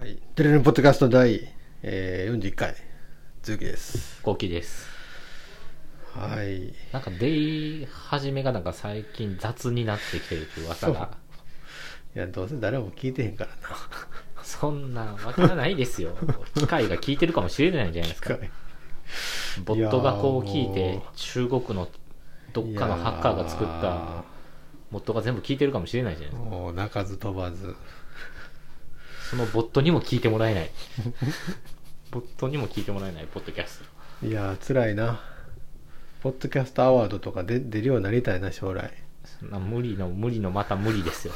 はい、テレレンポッドキャスト第、41回続きです。 コウキです。 はい。 なんか出始めがなんか最近雑になってきてるっていう噂が。 いや、どうせ誰も聞いてへんからな。 そんなわからないですよ。機械が聞いてるかもしれないんじゃないですか。ボットがこう聞いて、中国のどっかのハッカーが作ったボットが全部聞いてるかもしれないじゃないですか。 もう鳴かず飛ばず。 そのボットにも聞いてもらえない。ボットにも聞いてもらえないポッドキャスト。 いやー辛いな。ポッドキャストアワードとか出るようになりたいな、将来。 そんな無理のまた無理ですよ。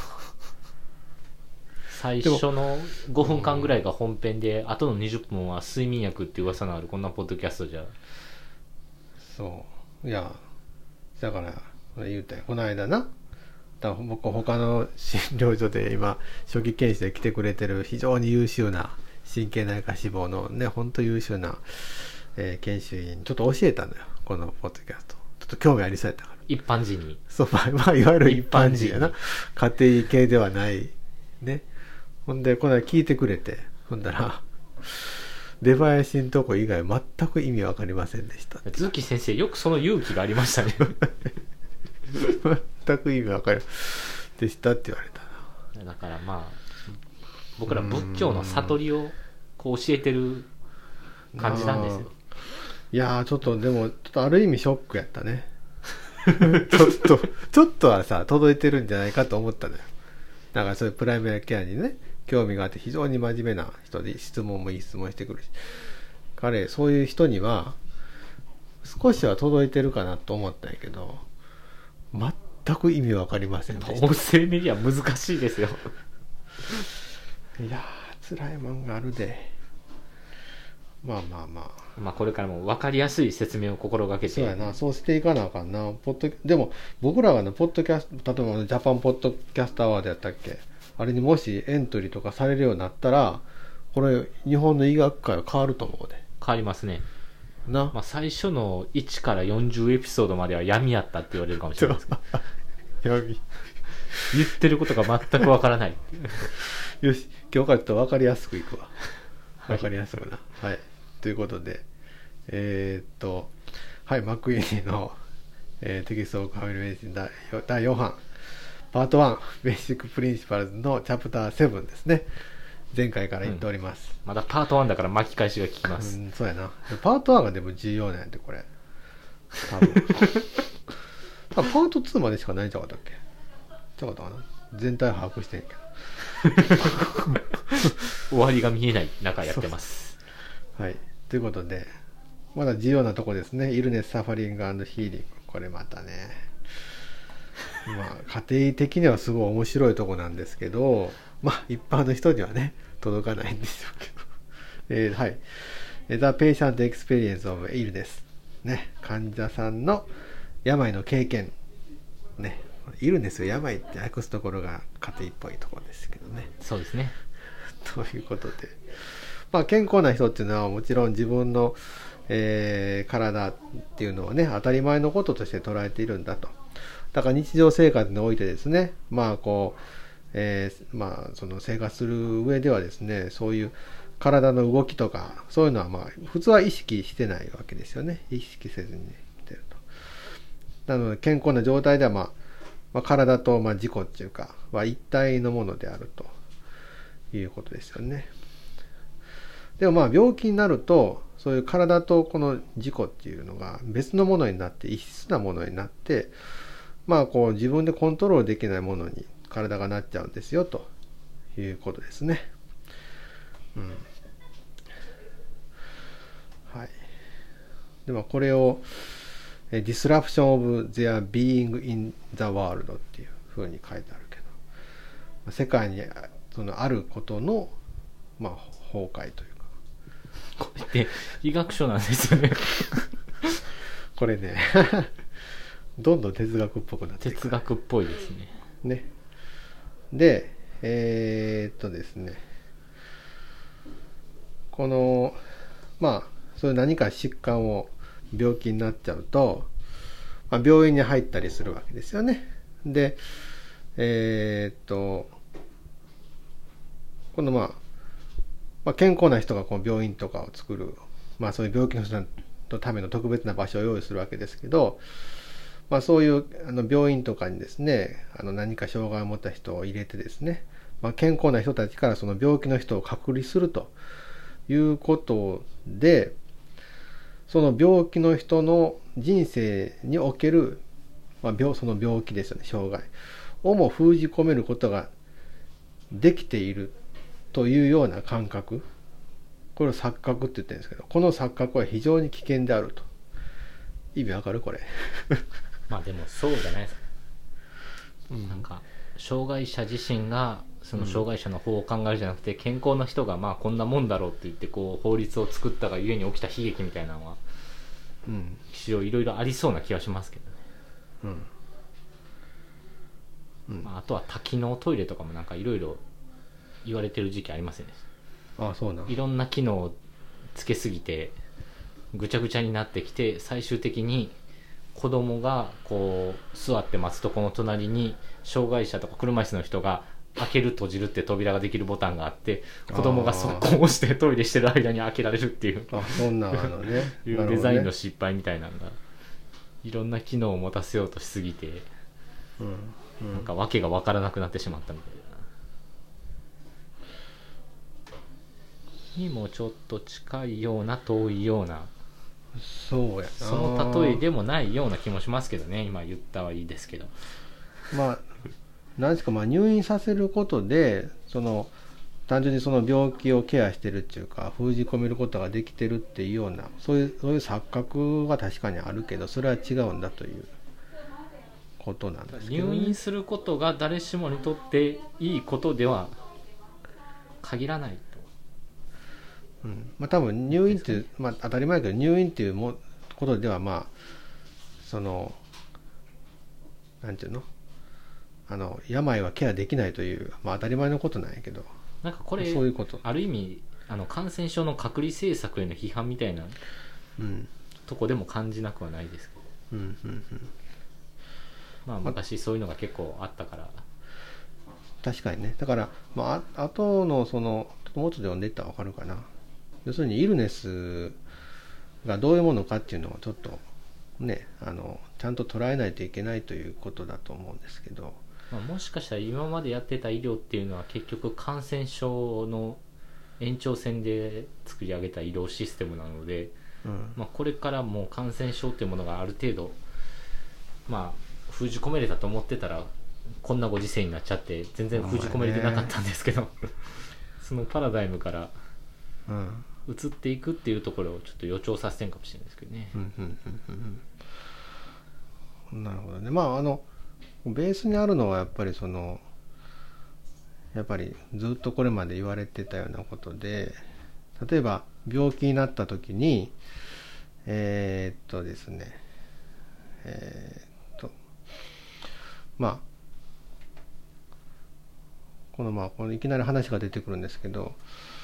最初の5分間ぐらいが本編で、あとの20分は睡眠薬っていう噂のあるこんなポッドキャストじゃ。 そう。いや、だから言うたよ。この間な。だから僕他の診療所で今初期研修で来てくれてる非常に優秀な神経内科志望のね、本当優秀な、研修員ちょっと教えたのよ、このポッドキャスト。ちょっと興味ありそうやったから。 一般人に。 そう、まあいわゆる一般人やな。家庭系ではないね。ほんでこの間聞いてくれて、ほんだら出囃子のとこ以外全く意味わかりませんでした。 鈴木先生よくその勇気がありましたね。 全く意味わかりでしたって言われたな。 だからまあ僕ら仏教の悟りをこう教えてる感じなんですよ。 いやーちょっとでもちょっとある意味ショックやったね。ちょっとはさ届いてるんじゃないかと思ったのよ。だからそういうプライマリケアにね興味があって非常に真面目な人で質問もいい質問してくるし、彼そういう人には少しは届いてるかなと思ったんやけど全く意味わかりませんでした。 音声メディア難しいですよ。 いやー辛いもんがあるで。まあこれからも分かりやすい説明を心がけて。 そうやな、そうしていかなあかんな。でも僕らがねポッドキャスト、例えばジャパンポッドキャストアワードやったっけ、あれにもしエントリーとかされるようになったらこれ日本の医学界は変わると思うで。 変わりますねな、 最初の1から40エピソードまでは闇やったって言われるかもしれないですけど闇言ってることが全くわからない。 よし、今日からちょっと分かりやすくいくわ。分かりやすくな。はい。ということで、はい、マックイーニーの、テキストオブファミリーメディシン第4版、パート1、ベーシックプリンシパルズのチャプター7ですね。前回から言っております。 まだパート1だから巻き返しが効きます。 そうやな。パート1がでも重要なんやって、これ。多分。パート2までしかないんちゃうかったっけ、ちゃうかったかな。全体把握してんけど。 終わりが見えない中やってます。 はい。ということで、まだ重要なとこですね。イルネスサファリング&ヒーリング。これまたね。家庭的にはすごい面白いとこなんですけど、一般の人にはね、届かないんでしょうけど。はい。The Patient Experience of Illness。ね。患者さんの病の経験。ね。イルネスを病って訳すところが家庭っぽいところですけどね。 そうですね。 ということで、健康な人っていうのはもちろん自分の、体っていうのをね当たり前のこととして捉えているんだと。だから日常生活においてですね、その生活する上ではですね、そういう体の動きとかそういうのは普通は意識してないわけですよね。意識せずに来てると。なので健康な状態では体と自己っていうかは一体のものであるということですよね。でも病気になるとそういう体とこの自己っていうのが別のものになって異質なものになって自分でコントロールできないものに体がなっちゃうんですよということですね。はい。でこれをDisruption of their being in the world っていうふうに書いてあるけど、世界にそのあることの崩壊というか、 これって医学書なんですよね。 これねどんどん哲学っぽくなっていく。 哲学っぽいですね。 ね。でですね、このそういう何か疾患を病気になっちゃうと、病院に入ったりするわけですよね。でこの健康な人がこう病院とかを作る、そういう病気の人のための特別な場所を用意するわけですけど、そういう病院とかにですね、何か障害を持った人を入れてですね、健康な人たちからその病気の人を隔離するということで、その病気の人の人生における、その病気ですよね、障害をも封じ込めることができているというような感覚、これを錯覚って言ってるんですけど、この錯覚は非常に危険であると。意味わかるこれ？ でもそうじゃないですか、なんか障害者自身がその障害者の方を考えるじゃなくて、健康な人がこんなもんだろうって言ってこう法律を作ったがゆえに起きた悲劇みたいなのは、いろいろありそうな気がしますけどね。あとは多機能トイレとかもなんかいろいろ言われてる時期ありませんでした？ そうなん。 いろんな機能をつけすぎてぐちゃぐちゃになってきて、最終的に子供がこう座って待つとこの隣に障害者とか車椅子の人が開ける閉じるって扉ができるボタンがあって、子供が速攻をしてトイレしてる間に開けられるっていうそんなねいうデザインの失敗みたいなのが、いろんな機能を持たせようとしすぎて、なんか訳が分からなくなってしまったみたいなにもちょっと近いような遠いような、 そうやな、 その例えでもないような気もしますけどね。今言ったはいいですけど、 何ですか、入院させることで単純にその病気をケアしてるっていうか封じ込めることができてるっていうような、そういう錯覚は確かにあるけど、それは違うんだということなんですけど、ね、 入院することが誰しもにとっていいことでは限らないと。 多分入院っていう、当たり前だけど、入院っていうことではなんていうの、病はケアできないという、当たり前のことなんやけど、 なんかこれそういうこと、 ある意味感染症の隔離政策への批判みたいな、とこでも感じなくはないですけど、昔そういうのが結構あったから。 確かにね。だから、後のちょっともうちょっと読んでいったら分かるかな。要するにイルネスがどういうものかっていうのをちょっとね、ちゃんと捉えないといけないということだと思うんですけど、 もしかしたら今までやってた医療っていうのは結局感染症の延長線で作り上げた医療システムなので、これからもう感染症っていうものがある程度封じ込めれたと思ってたら、こんなご時世になっちゃって全然封じ込めれてなかったんですけど、そのパラダイムから移っていくっていうところをちょっと予兆させてるかもしれないですけどね。 なるほどね。ベースにあるのはやっぱりずっとこれまで言われてたようなことで、例えば病気になった時にですねこのいきなり話が出てくるんですけど、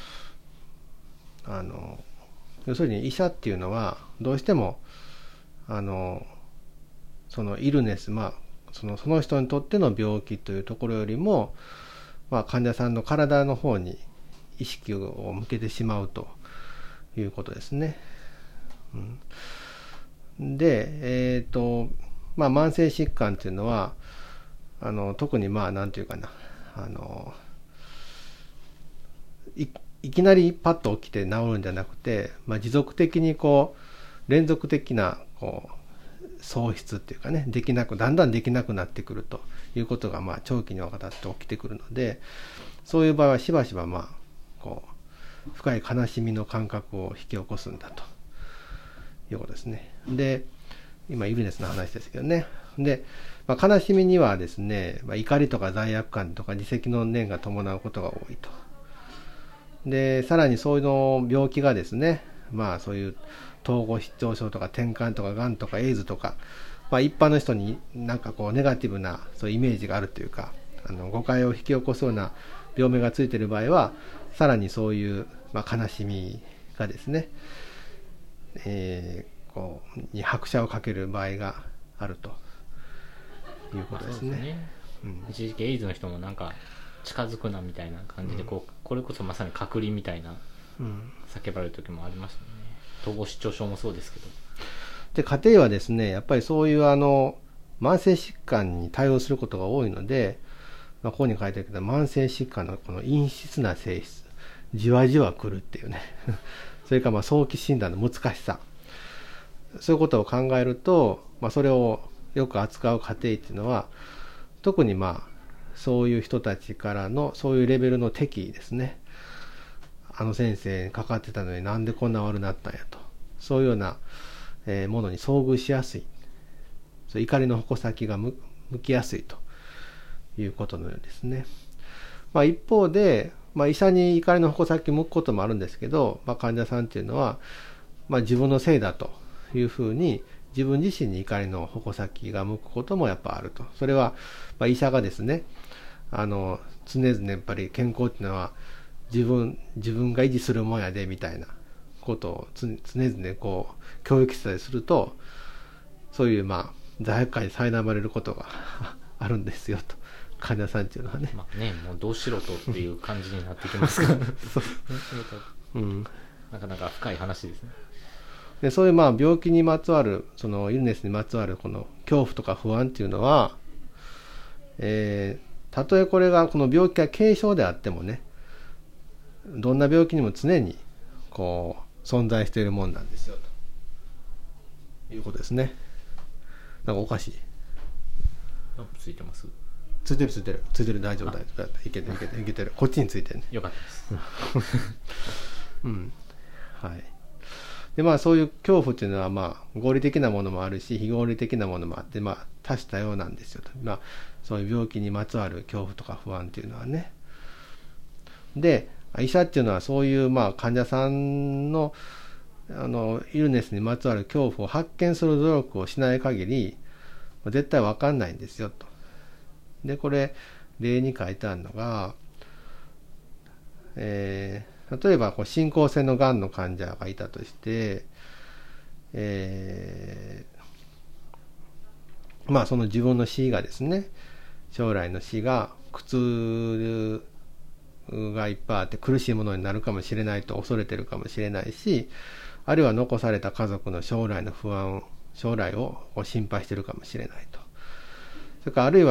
要するに医者っていうのはどうしてもそのイルネス、その人にとっての病気というところよりも、患者さんの体の方に意識を向けてしまうということですね。で、慢性疾患っていうのは特になんていうかな、いきなりパッと起きて治るんじゃなくて、持続的に連続的な喪失っていうかね、だんだんできなくなってくるということが長期にわたって起きてくるので、そういう場合はしばしば深い悲しみの感覚を引き起こすんだということですね。で、今イルネスの話ですけどね。で、悲しみにはですね、怒りとか罪悪感とか自責の念が伴うことが多いと。で、さらにそういうの病気がですね、そういう統合失調症とか転換とかがんとかエイズとか、一般の人になんかネガティブなそういうイメージがあるというか、誤解を引き起こすような病名がついている場合は、さらにそういう、悲しみがですね、に拍車をかける場合があるということですね。 一時期エイズの人もなんか近づくなみたいな感じでこれこそまさに隔離みたいな叫ばれる時もありましたね。統合失調症もそうですけど。 で家庭はですねやっぱりそういう慢性疾患に対応することが多いので、ここに書いてあるけど慢性疾患のこの陰湿な性質、じわじわ来るっていうねそれから早期診断の難しさ、そういうことを考えると、それをよく扱う家庭っていうのは特にそういう人たちからのそういうレベルの敵意ですね。先生にかかってたのになんでこんな悪なったんやと、そういうようなものに遭遇しやすい、そう怒りの矛先が向きやすいということのようですね。一方で、医者に怒りの矛先向くこともあるんですけど、患者さんっていうのは、自分のせいだというふうに自分自身に怒りの矛先が向くこともやっぱあると。それは、医者がですね常々やっぱり健康っていうのは自分が維持するもんやでみたいなことを常々こう教育したりすると、そういう罪悪感に苛まれることがあるんですよと、患者さんっていうのはね。 もうどうしろとっていう感じになってきますからそうなかなか深い話ですね。 でそういう病気にまつわるそのイルネスにまつわるこの恐怖とか不安っていうのは、たとえこれがこの病気が軽症であってもね、どんな病気にも常にこう存在しているもんなんですよということですね。なんかおかしい。 ランプついてます？ ついてる大丈夫いけてるこっちについてるね。 よかったですはい。でそういう恐怖っていうのは合理的なものもあるし非合理的なものもあって多種多様なんですよと。そういう病気にまつわる恐怖とか不安っていうのはね。で医者っていうのはそういう患者さんのイルネスにまつわる恐怖を発見する努力をしない限り絶対分かんないんですよと。でこれ例に書いてあるのが、例えば進行性のがんの患者がいたとして、その自分の死がですね、将来の死が苦痛がいっぱいあって苦しいものになるかもしれないと恐れてるかもしれないし、あるいは残された家族の将来の不安、将来を心配してるかもしれないと。それからあるいは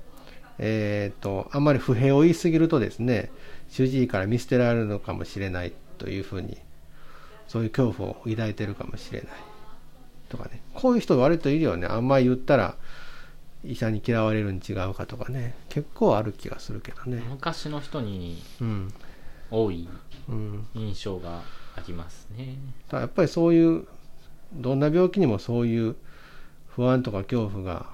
あんまり不平を言い過ぎるとですね、主治医から見捨てられるのかもしれないというふうに、そういう恐怖を抱いてるかもしれないとかね。こういう人割といるよね。あんまり言ったら医者に嫌われるに違うかとかね、結構ある気がするけどね。 昔の人に多い印象がありますね。 やっぱりそういうどんな病気にもそういう不安とか恐怖が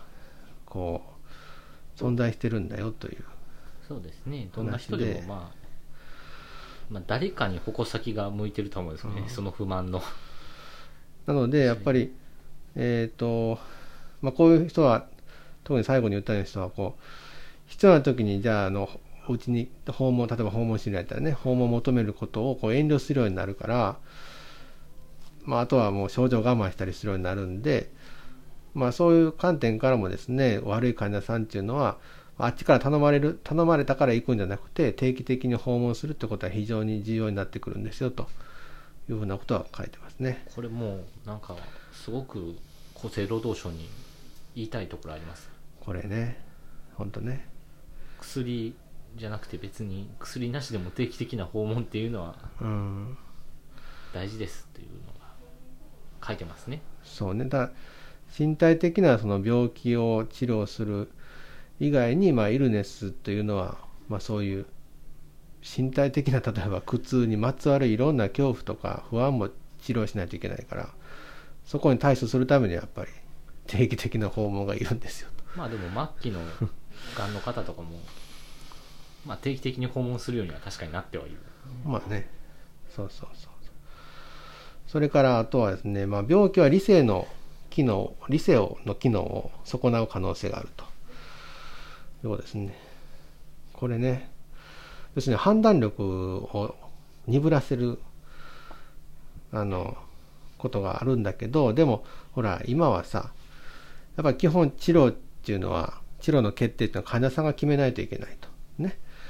存在してるんだよという。 そうですね。どんな人でも誰かに矛先が向いてると思うんですよね、その不満の。 なのでやっぱりこういう人は特に最後に言ったような人は必要な時にじゃあお家に例えば訪問診療やったらね、訪問を求めることを遠慮するようになるから、あとはもう症状を我慢したりするようになるんで、そういう観点からもですね、悪い患者さんっていうのはあっちから頼まれたから行くんじゃなくて、定期的に訪問するってことは非常に重要になってくるんですよというふうなことは書いてますね。 これもなんかすごく厚生労働省に言いたいところあります。 これね、本当ね。 薬じゃなくて別に薬なしでも定期的な訪問っていうのは大事ですっていうのが書いてますね。 そうね。身体的なその病気を治療する以外に、イルネスというのは、そういう身体的な例えば苦痛にまつわるいろんな恐怖とか不安も治療しないといけないから、そこに対処するためにはやっぱり定期的な訪問がいるんですよと。 でも末期のがんの方とかも定期的に訪問するようには確かになってはいる。 そう。それからあとはですね、病気は理性の機能を損なう可能性があるということですね。これね、要するに判断力を鈍らせることがあるんだけど、でもほら今はさ、やっぱり基本治療っていうのは、治療の決定っていうのは患者さんが決めないといけないとね。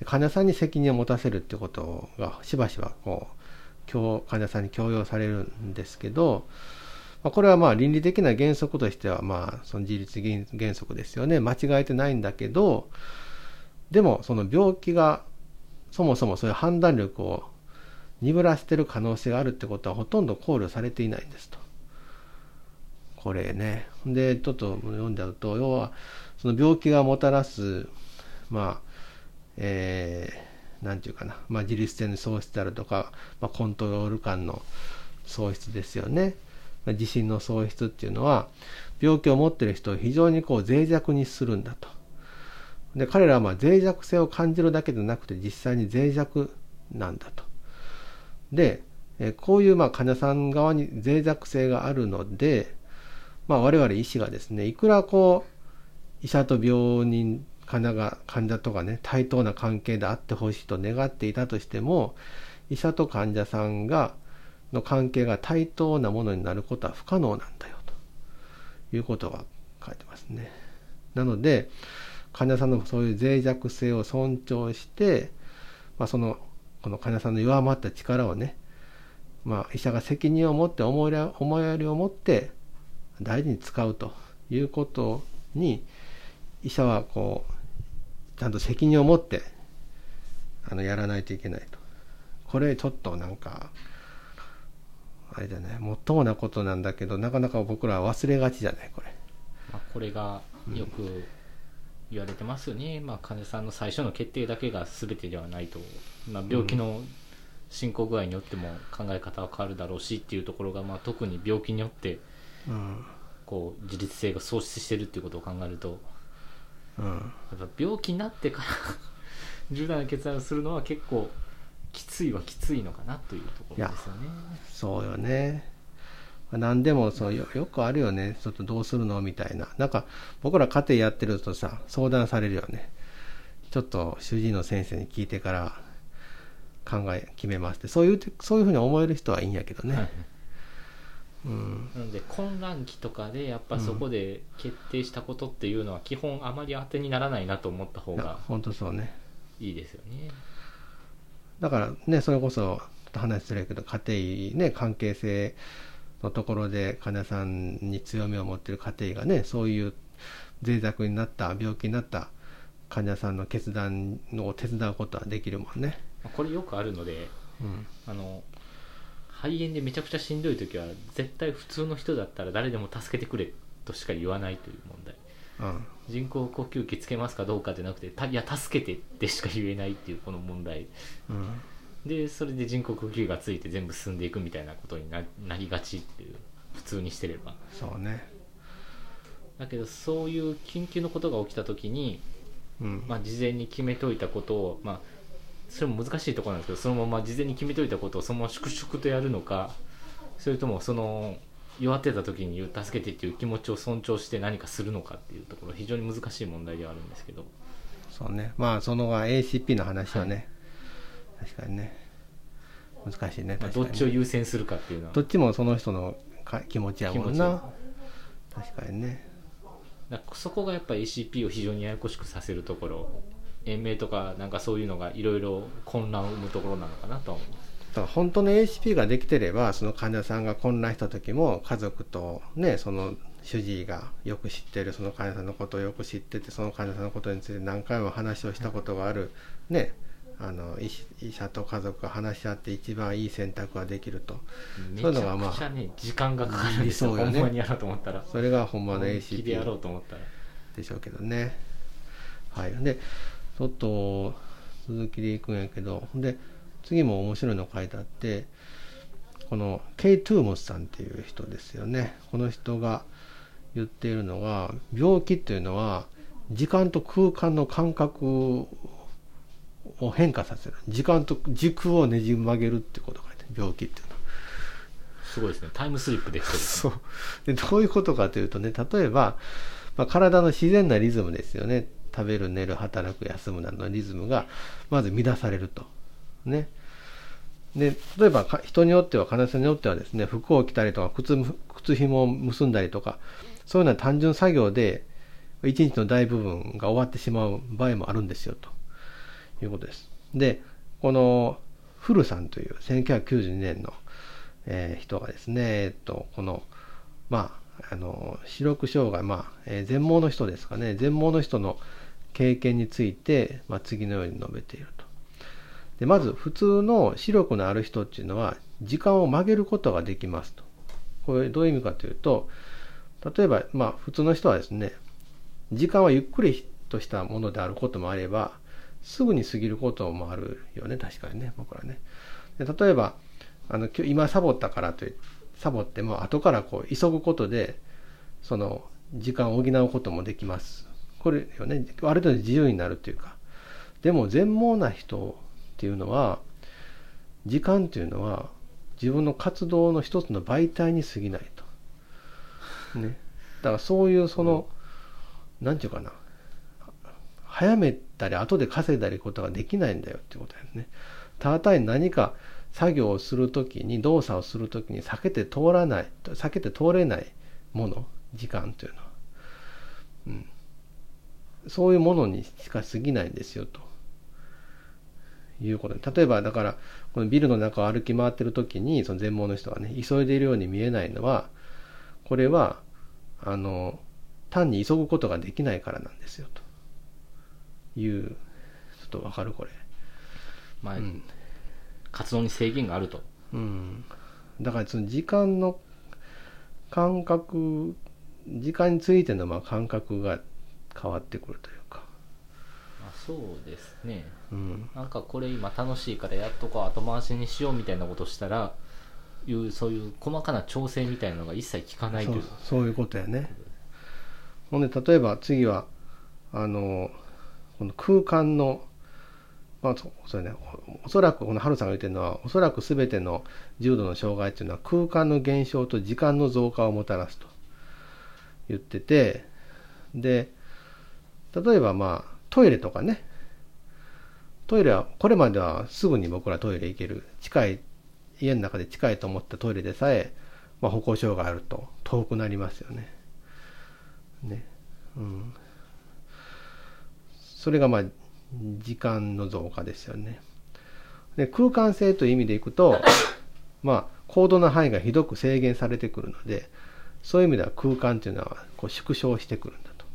患者さんに責任を持たせるってことがしばしばこう患者さんに強要されるんですけど、これはまあ倫理的な原則としてはまあその自律原則ですよね。間違えてないんだけど、でもその病気がそもそもそういう判断力を鈍らしてる可能性があるってことはほとんど考慮されていないんですと。これね。でちょっと読んじゃうと、要はその病気がもたらすまあなんていうかな、自律性の喪失であるとか、コントロール感の喪失ですよね。自信の喪失っていうのは病気を持っている人を非常にこう脆弱にするんだと。で彼らは脆弱性を感じるだけでなくて実際に脆弱なんだと。でこういう患者さん側に脆弱性があるので、我々医師がですね、いくらこう医者と病人患者とかね対等な関係であってほしいと願っていたとしても、医者と患者さんの関係が対等なものになることは不可能なんだよということが書いてますね。なので患者さんのそういう脆弱性を尊重して、この患者さんの弱まった力をね、医者が責任を持って思いやりを持って大事に使うということに、医者はこうちゃんと責任を持ってやらないといけないと。これちょっとなんかあれじゃない、もっともなことなんだけど、なかなか僕らは忘れがちじゃないこれ。 これがよく言われてますよね。患者さんの最初の決定だけが全てではないと。病気の進行具合によっても考え方は変わるだろうしっていうところが、特に病気によってこう自律性が喪失してるっていうことを考えると、やっぱ病気になってから重大な決断をするのは結構きついはきついのかなというところですよね。 そうよね。何でもよくあるよね。ちょっとどうするのみたいな。なんか僕ら家庭やってるとさ、相談されるよね。ちょっと主治医の先生に聞いてから決めますって、そういうふうに思える人はいいんやけどね。 なので混乱期とかでやっぱそこで決定したことっていうのは基本あまり当てにならないなと思った方が本当そうね、 いいですよね。 だからね、それこそ話するけど家庭ね、関係性のところで患者さんに強みを持っている家庭がね、そういう脆弱になった病気になった患者さんの決断を手伝うことはできるもんね。 これよくあるので、肺炎でめちゃくちゃしんどい時は絶対普通の人だったら誰でも助けてくれとしか言わないという問題、人工呼吸器つけますかどうかじゃなくていや助けてってしか言えないっていうこの問題、でそれで人工呼吸器がついて全部進んでいくみたいなことに なりがちっていう、普通にしてれば。 そうね。 だけどそういう緊急のことが起きた時に、事前に決めておいたことを、それも難しいところなんですけど、そのまま事前に決めておいたことをそのまま粛々とやるのか、それともその弱ってた時に言う助けてっていう気持ちを尊重して何かするのかっていうところ、非常に難しい問題ではあるんですけど。 そうね。そのACP の話はね、確かにね難しいね。 どっちを優先するかっていうのはどっちもその人の気持ちやもんな。確かにね。 そこがやっぱり ACP を非常にややこしくさせるところ、延命とかなんかそういうのがいろいろ混乱を生むところなのかなと思います。 だから本当の ACP ができてれば、その患者さんが混乱した時も家族とね、その主治医がよく知ってるその患者さんのことをよく知ってて、その患者さんのことについて何回も話をしたことがあるね、医者と家族が話し合って一番いい選択ができると。 めちゃくちゃね、時間がかかるんですよ、ほんまにやろうと思ったら。 それがほんまの ACP でやろうと思ったらでしょうけどね。はい。でちょっと続きでいくんやけど、で次も面白いの書いてあって、このケイ・トゥーモスさんっていう人ですよね。この人が言っているのが、病気っていうのは時間と空間の感覚を変化させる、時間と時空をねじ曲げるってことが書いてある。病気っていうのはすごいですね。タイムスリップできてる。 そうで、どういうことかというとね、例えば、体の自然なリズムですよね。食べる、寝る、働く、休むなどのリズムがまず乱されるとね。で例えば人によっては、患者さんによってはですね、服を着たりとか靴紐を結んだりとか、そういうような単純作業で一日の大部分が終わってしまう場合もあるんですよということです。で、このフルさんという1992年の、人がですね、この、視力障害、全盲の人ですかね、全盲の人の経験について、次のように述べていると。で、まず、普通の視力のある人っていうのは、時間を曲げることができますと。これ、どういう意味かというと、例えば、普通の人はですね、時間はゆっくりとしたものであることもあれば、すぐに過ぎることもあるよね、確かにね、僕らね。で、例えば、今サボったからとサボっても後から急ぐことでその時間を補うこともできます。これよね、ある程度自由になるというか。でも全盲な人っていうのは、時間っていうのは自分の活動の一つの媒体に過ぎないとね。だからそういうなんていうかな、早めたり後で稼いだりことができないんだよっていうことですね。ただ単に何か作業をするときに、動作をするときに避けて通れないもの、時間というのは、そういうものにしか過ぎないんですよということで、例えばだからこのビルの中を歩き回っているときに、その全盲の人がね急いでいるように見えないのは、これは単に急ぐことができないからなんですよという、ちょっとわかるこれ。 活動に制限があると。 だからその時間の感覚、時間についての感覚が変わってくるというか。 そうですね。なんかこれ今楽しいからやっと後回しにしようみたいなことしたら、そういう細かな調整みたいなのが一切効かないという。 そういうことやね。ほんで例えば次はこの空間のそうね、おそらくこの春さんが言ってるのは、おそらく全ての重度の障害っていうのは空間の減少と時間の増加をもたらすと言ってて、で、例えばトイレとかね、トイレはこれまではすぐに僕らトイレ行ける、家の中で近いと思ったトイレでさえ、歩行障害あると遠くなりますよね。それが時間の増加ですよね。で、空間性という意味でいくと、行動の範囲がひどく制限されてくるので、そういう意味では空間というのは縮小してくるんだと。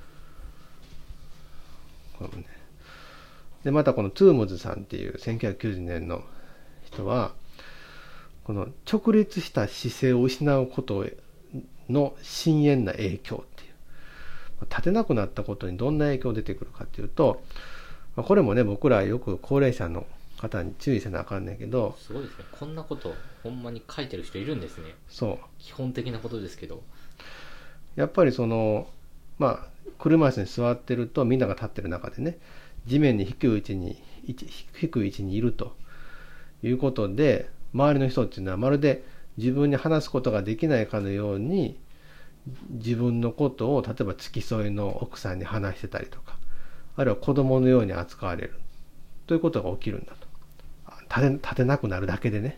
で、またこのトゥームズさんっていう1990年の人は、この直立した姿勢を失うことの深遠な影響っていう、立てなくなったことにどんな影響が出てくるかっていうと、これもね、僕らよく高齢者の方に注意せなあかんねんけど、 すごいですね。こんなことほんまに書いてる人いるんですね。 そう基本的なことですけど、 やっぱり車椅子に座ってると、みんなが立ってる中でね、地面に低い位置にいるということで、周りの人っていうのはまるで自分に話すことができないかのように、自分のことを例えば付き添いの奥さんに話してたりとか、あるいは子供のように扱われるということが起きるんだと。立てなくなるだけでね。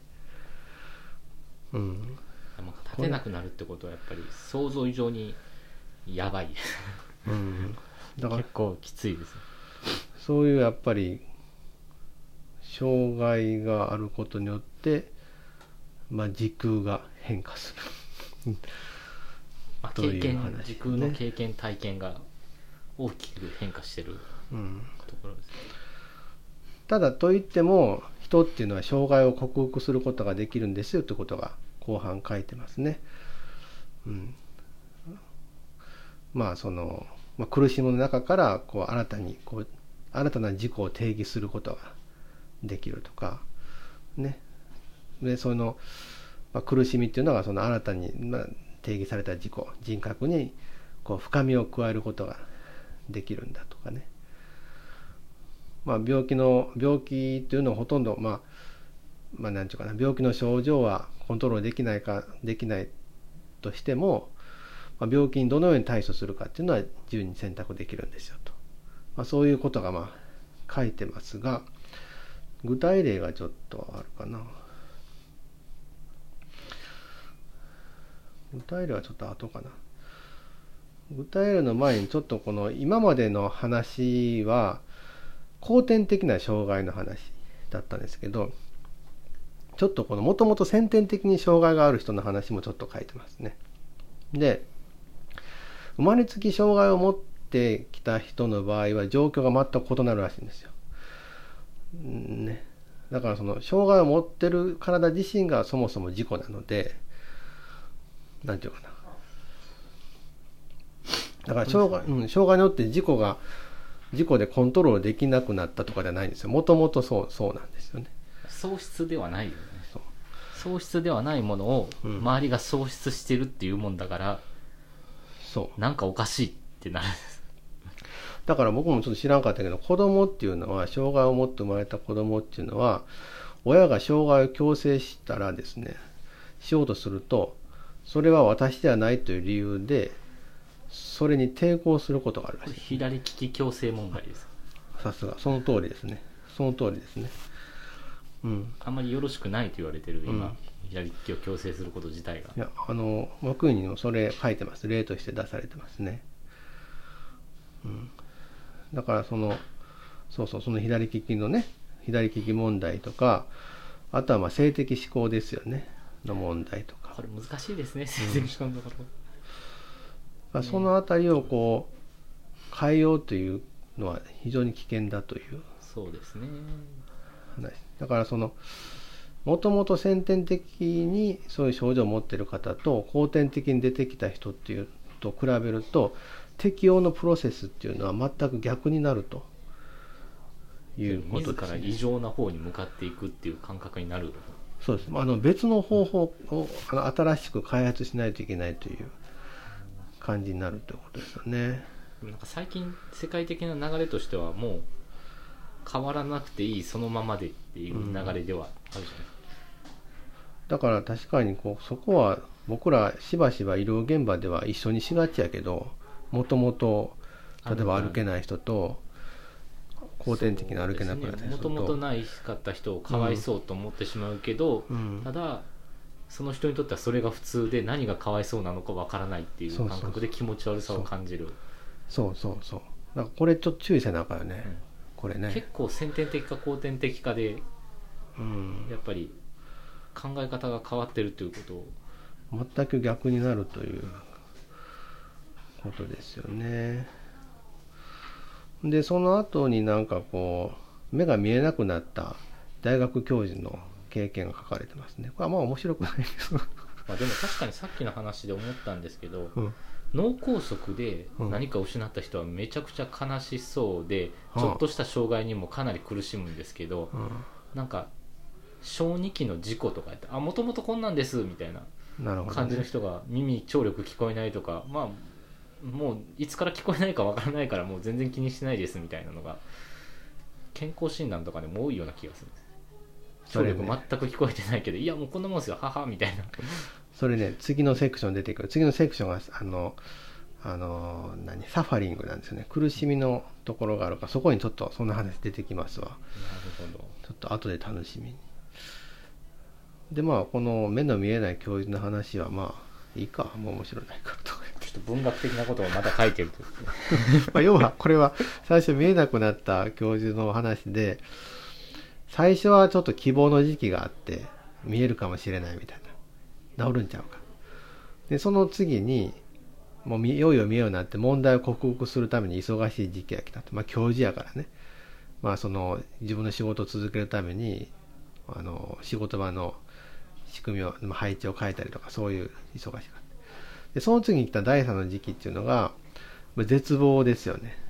立てなくなるってことはやっぱり想像以上にやばいです。だから結構きついです。 そういうやっぱり障害があることによって、時空が変化する。 経験、時空の経験体験が大きく変化してるところですね。 ただといっても、人っていうのは障害を克服することができるんですよということが後半書いてますね。苦しみの中から新たな自己を定義することができるとかね。で、苦しみっていうのが新たに定義された人格に深みを加えることができるんだとかね。病気っていうのはほとんどなんていうかな、病気の症状はコントロールできないとしても、病気にどのように対処するかっていうのは自由に選択できるんですよと。そういうことが書いてますが、具体例がちょっとあるかな。具体例はちょっと後かな。具体例の前にちょっと今までの話は、 後天的な障害の話だったんですけど、ちょっとこのもともと先天的に障害がある人の話もちょっと書いてますね。で、生まれつき障害を持ってきた人の場合は状況が全く異なるらしいんですよ。ね。だからその障害を持ってる体自身がそもそも事故なので、なんていうかな。だから障害によって事故でコントロールできなくなったとかじゃないんですよ。もともとそうなんですよね。 喪失ではないよね。喪失ではないものを周りが喪失してるっていうもんだから、なんかおかしいってなるんです。 だから僕もちょっと知らんかったけど、子供っていうのは、障害を持って生まれた子供っていうのは、親が障害を強制したらですね、しようとすると、それは私ではないという理由で、それに抵抗することがあるらしい。 左利き強制問題です。 さすが、その通りですね。その通りですね。 あんまりよろしくないと言われてる今、左利きを強制すること自体が。 いや、枠にもそれ書いてます。例として出されてますね。だからその左利きのね、左利き問題とか、あとはまあ性的指向ですよねの問題とか。 これ難しいですね、性的指向のところ。 そのあたりをこう変えようというのは非常に危険だというそうですね。 話。だからもともと先天的にそういう症状を持っている方と後天的に出てきた人っていうと比べると、適応のプロセスっていうのは全く逆になるということですね。 自ら異常な方に向かっていくっていう感覚になる。 そうです。別の方法を新しく開発しないといけないという感じになるということですよね。 なんか最近世界的な流れとしてはもう変わらなくていいそのままでっていう流れではあるじゃない。 だから確かにそこは僕らしばしば医療現場では一緒にしがちやけど、もともと例えば歩けない人と後天的に歩けなくなった人と、 もともとないかった人をかわいそうと思ってしまうけど、ただその人にとってはそれが普通で何がかわいそうなのかわからないっていう感覚で気持ち悪さを感じる。 そうだからこれちょっと注意せなあかんよね、これね。 結構先天的か後天的かで、やっぱり考え方が変わってるということを全く逆になるということですよね。でその後になんか目が見えなくなった大学教授の経験が書かれてますね。これはまあ面白くないですでも確かにさっきの話で思ったんですけど、脳梗塞で何か失った人はめちゃくちゃ悲しそうで、ちょっとした障害にもかなり苦しむんですけど、なんか小児期の事故とかやってもともとこんなんですみたいな感じの人が耳聴力聞こえないとか、もういつから聞こえないかわからないからもう全然気にしてないですみたいなのが健康診断とかでも多いような気がするんです。聴力全く聞こえてないけど、いやもうこんなもんですよはみたいな。それね、次のセクション出てくる。次のセクションがサファリングなんですよね。苦しみのところがあるから、そこにちょっとそんな話出てきますわ。なるほど。ちょっと後で楽しみに。でこの目の見えない教授の話はいいか、もう面白ないからとかちょっと文学的なことをまた書いてると要はこれは最初見えなくなった教授の話で、最初はちょっと希望の時期があって見えるかもしれないみたいな、治るんちゃうか。でその次にもういよいよ見えるようになって問題を克服するために忙しい時期が来たと。教授やからね、自分の仕事を続けるために仕事場の仕組みを配置を変えたりとか、そういう忙しかった。でその次に来た第3の時期っていうのが絶望ですよね。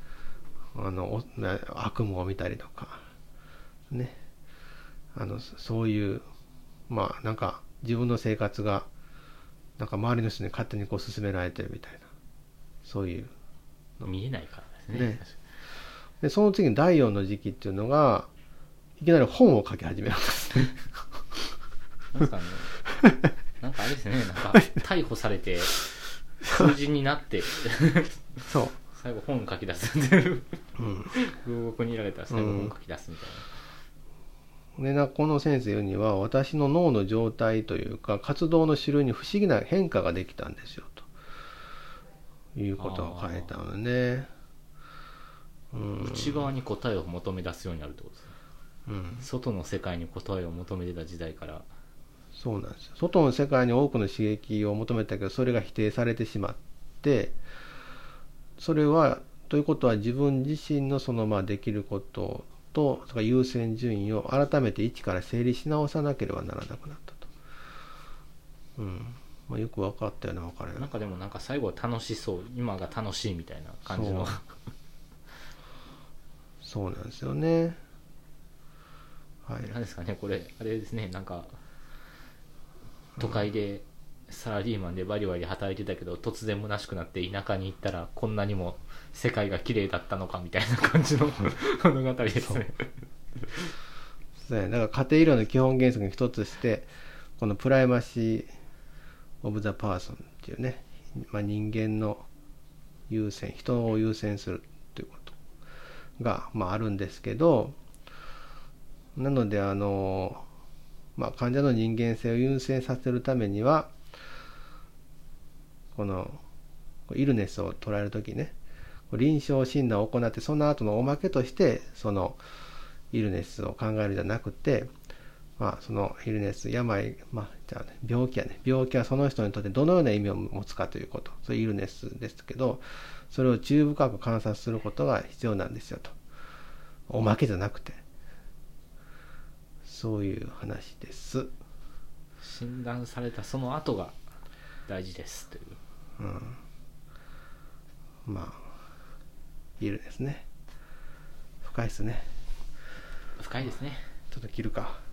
悪夢を見たりとかね、そういうなんか自分の生活がなんか周りの人に勝手に進められてるみたいな、そういう見えないからですね。 でその次に第4の時期っていうのがいきなり本を書き始めるんですね。 なんかあれですね、なんか逮捕されて囚人になってそう最後本書き出すんで、牢獄にいられたら最後本書き出すみたいな。 でこの先生には、私の脳の状態というか活動の種類に不思議な変化ができたんですよということが書いたのね。 内側に答えを求め出すようになるってことですね。外の世界に答えを求めてた時代から。 そうなんですよ。外の世界に多くの刺激を求めたけど、それが否定されてしまって、それはということは自分自身のそのできることと優先順位を改めて一から整理し直さなければならなくなったと。よく分かったような分からない。 なんかでも最後は楽しそう、今が楽しいみたいな感じの。 そうなんですよね。はい。 なんですかね、これあれですね、都会でサラリーマンでバリバリ働いてたけど、突然虚しくなって田舎に行ったらこんなにも世界が綺麗だったのかみたいな感じの物語ですね。 だから家庭医療の基本原則に一つして、このプライマシー・オブ・ザ・パーソンっていうね、人間の優先、人を優先するということが、あるんですけど、なので患者の人間性を優先させるためには、このイルネスを捉えるときね、臨床診断を行って、その後のおまけとしてそのイルネスを考えるんじゃなくて、そのイルネス、病、病気はその人にとってどのような意味を持つかということ、そういうイルネスですけど、それを注意深く観察することが必要なんですよと。おまけじゃなくて、そういう話です。 診断されたその後が大事ですという。 イルネスね。深いですね。 深いですね。 ちょっと切るか。